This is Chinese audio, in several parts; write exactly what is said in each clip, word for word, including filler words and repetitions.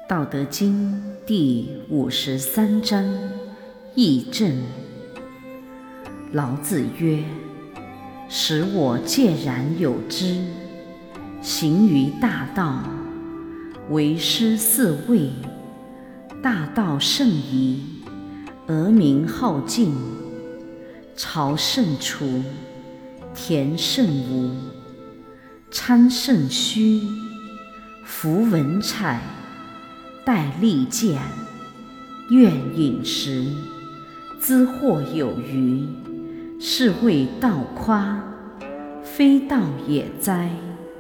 道德经第五十三章议政。老子曰：使我介然有之，行于大道，为师四卫。大道甚夷，而民好径。朝甚除，田甚芜，仓甚虚。夫文采，砥砺剑，愿饮食，资货有余，是谓道夸，非道也哉。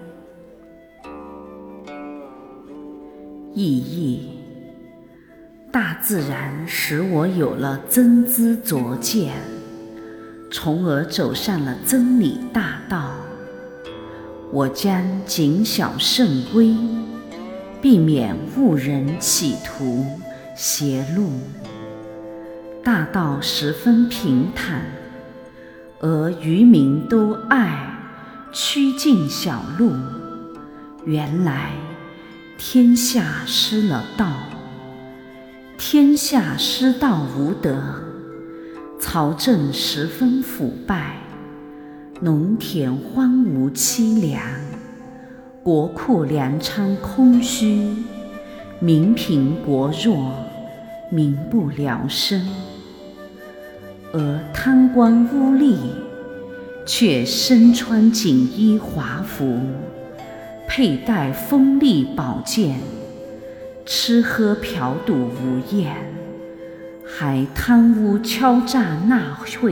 意义：大自然使我有了真知灼见，从而走上了真理大道。我将谨小慎微，避免误人企图邪路。大道十分平坦，而渔民都爱曲径小路。原来天下失了道，天下失道无德，朝政十分腐败，农田荒芜凄凉，国库粮仓空虚，民贫国弱，民不聊生。而贪官污吏却身穿锦衣华服，佩戴锋利宝剑，吃喝嫖赌无厌，还贪污敲诈纳贿，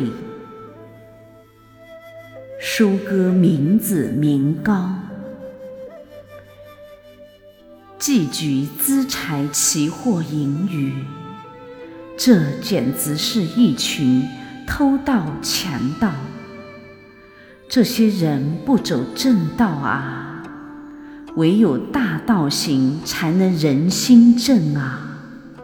收割民脂民膏，寄居资财奇货盈余。这简直是一群偷盗强盗。这些人不走正道啊，唯有大道行，才能人心正啊。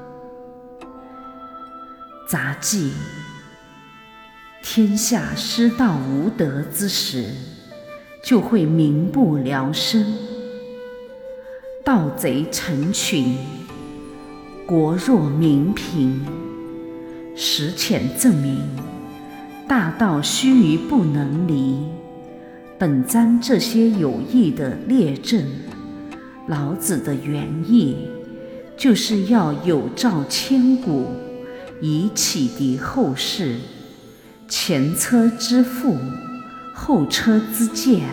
杂记：天下失道无德之时，就会民不聊生，盗贼成群，国弱民贫。实浅证明，大道须臾不能离。本章这些有益的列证，老子的原意就是要有照千古，以启迪后世。前车之覆，后车之鉴。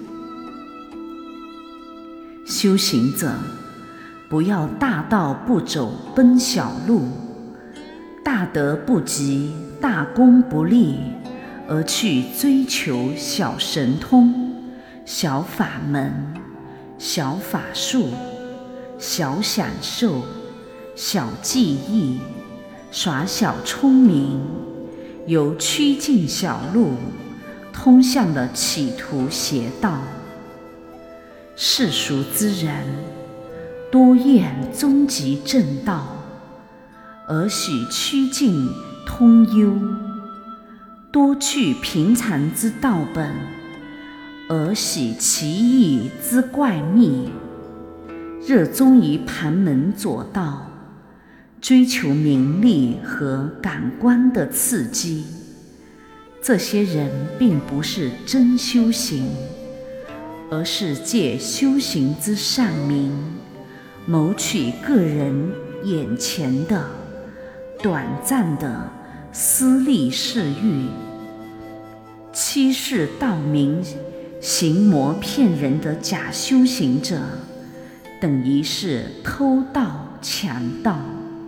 修行者不要大道不走奔小路，大德不及，大功不立，而去追求小神通、小法门、小法术、小享受、小技艺，耍小聪明，由曲径小路通向了企图邪道。世俗之人多厌终极正道，而许曲径通幽；多去平常之道本，而喜奇异之怪秘；热衷于旁门左道，追求名利和感官的刺激。这些人并不是真修行，而是借修行之善名，谋取个人眼前的短暂的私利私欲，欺世盗名、行魔骗人的假修行者，等于是偷盗强盗。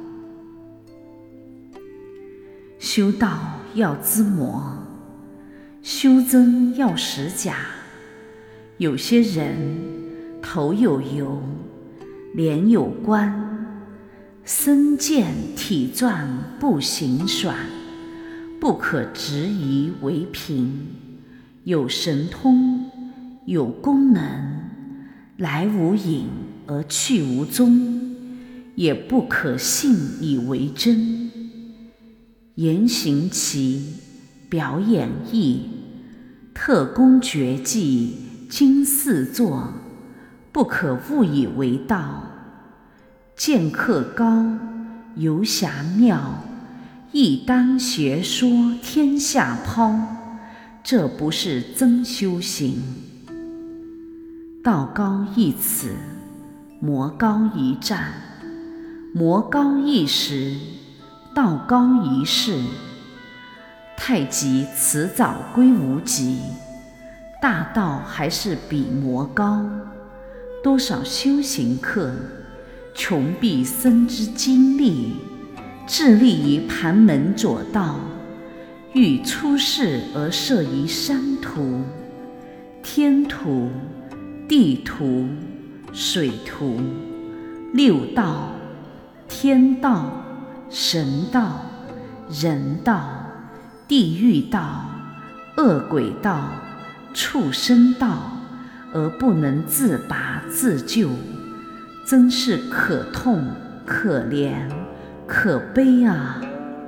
修道要知魔，修真要识假。有些人头有油，脸有光，身健体壮不行爽，不可质疑为凭。有神通，有功能，来无影而去无踪，也不可信以为真。言行奇，表演艺，特工绝技，经世作，不可误以为道。 剑客高，游侠妙，一当学说天下抛。这不是真修行。道高一尺，魔高一丈，魔高一时，道高一世。太极迟早归无极，大道还是比魔高。多少修行客，穷毕生之精力，致力于盘门左道，欲出世而设于山途、天途、地途、水途、六道、天道、神道、人道、地狱道、恶鬼道、畜生道，而不能自拔自救，真是可痛、可怜、可悲啊！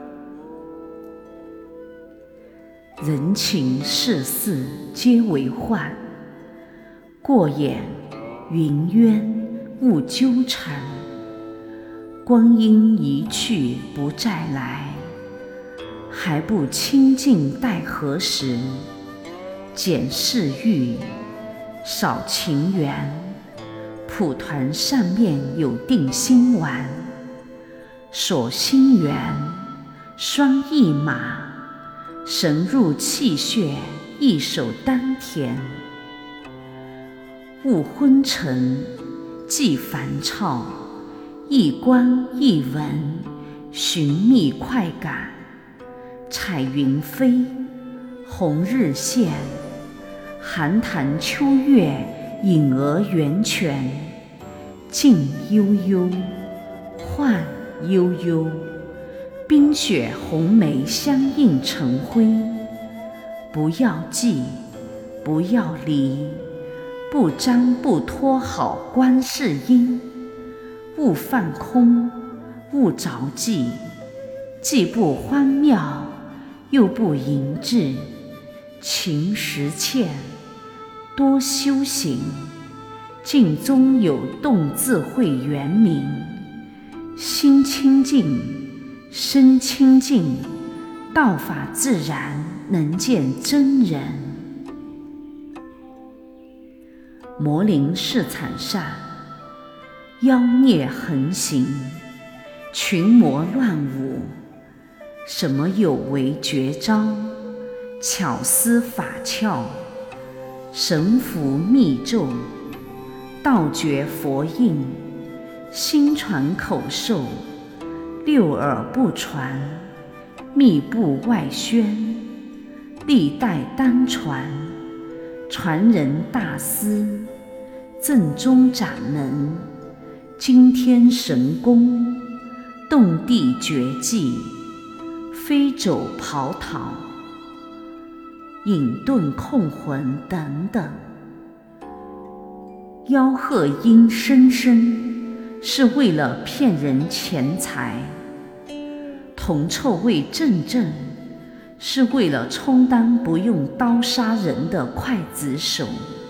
人情世事皆为幻，过眼云烟勿纠缠。光阴一去不再来，还不清净待何时？减世欲，少情缘，蒲团上面有定心丸。锁心猿，双翼马，神入气血，一手丹田。勿昏沉，忌烦躁，一观一闻，寻觅快感。彩云飞，红日现，寒潭秋月，隐而源泉。静悠悠，幻悠悠，冰雪红梅相映成辉。不要记，不要离，不张不脱好观世音。勿放空，勿着寂，既不荒谬，又不淫志。勤实践，多修行，静中有动自慧圆明。心清净，身清净，道法自然，能见真人。魔灵市场上，妖孽横行，群魔乱舞。什么有为绝招，巧思法窍，神符密咒，道诀佛印，心传口授，六耳不传，密不外宣，历代单传，传人大师，正宗掌门，惊天神功，动地绝技，飞走跑逃，隐遁控魂等等。吆喝音声声，是为了骗人钱财；铜臭味阵阵，是为了充当不用刀杀人的刽子手。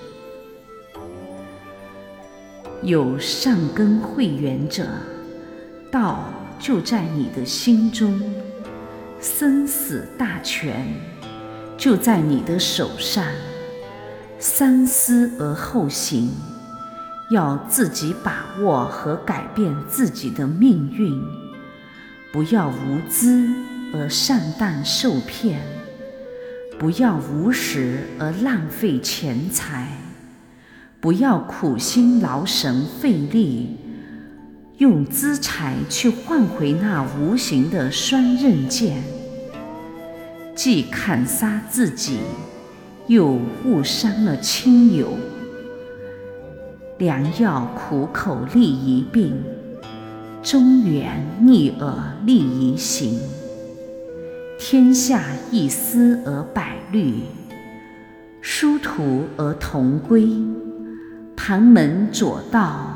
有善根慧远者，道就在你的心中，生死大权就在你的手上。三思而后行，要自己把握和改变自己的命运，不要无知而上当受骗，不要无实而浪费钱财，不要苦心劳神费力，用资财去换回那无形的双刃剑，既砍杀自己，又误伤了亲友。良药苦口利一病，中原逆耳利一行。天下一思而百虑，殊途而同归。盘门左道，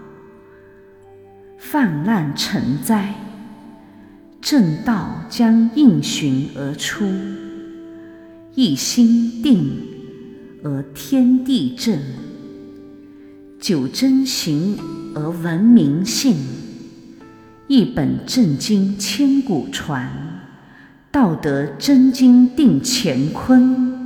泛滥成灾，正道将应循而出。一心定而天地正，九真行而闻名信。 一本正经千古传，道德真经定乾坤。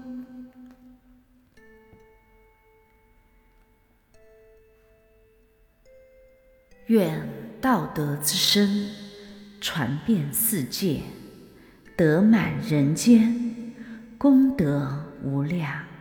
愿道德之声传遍世界，德满人间，功德无量。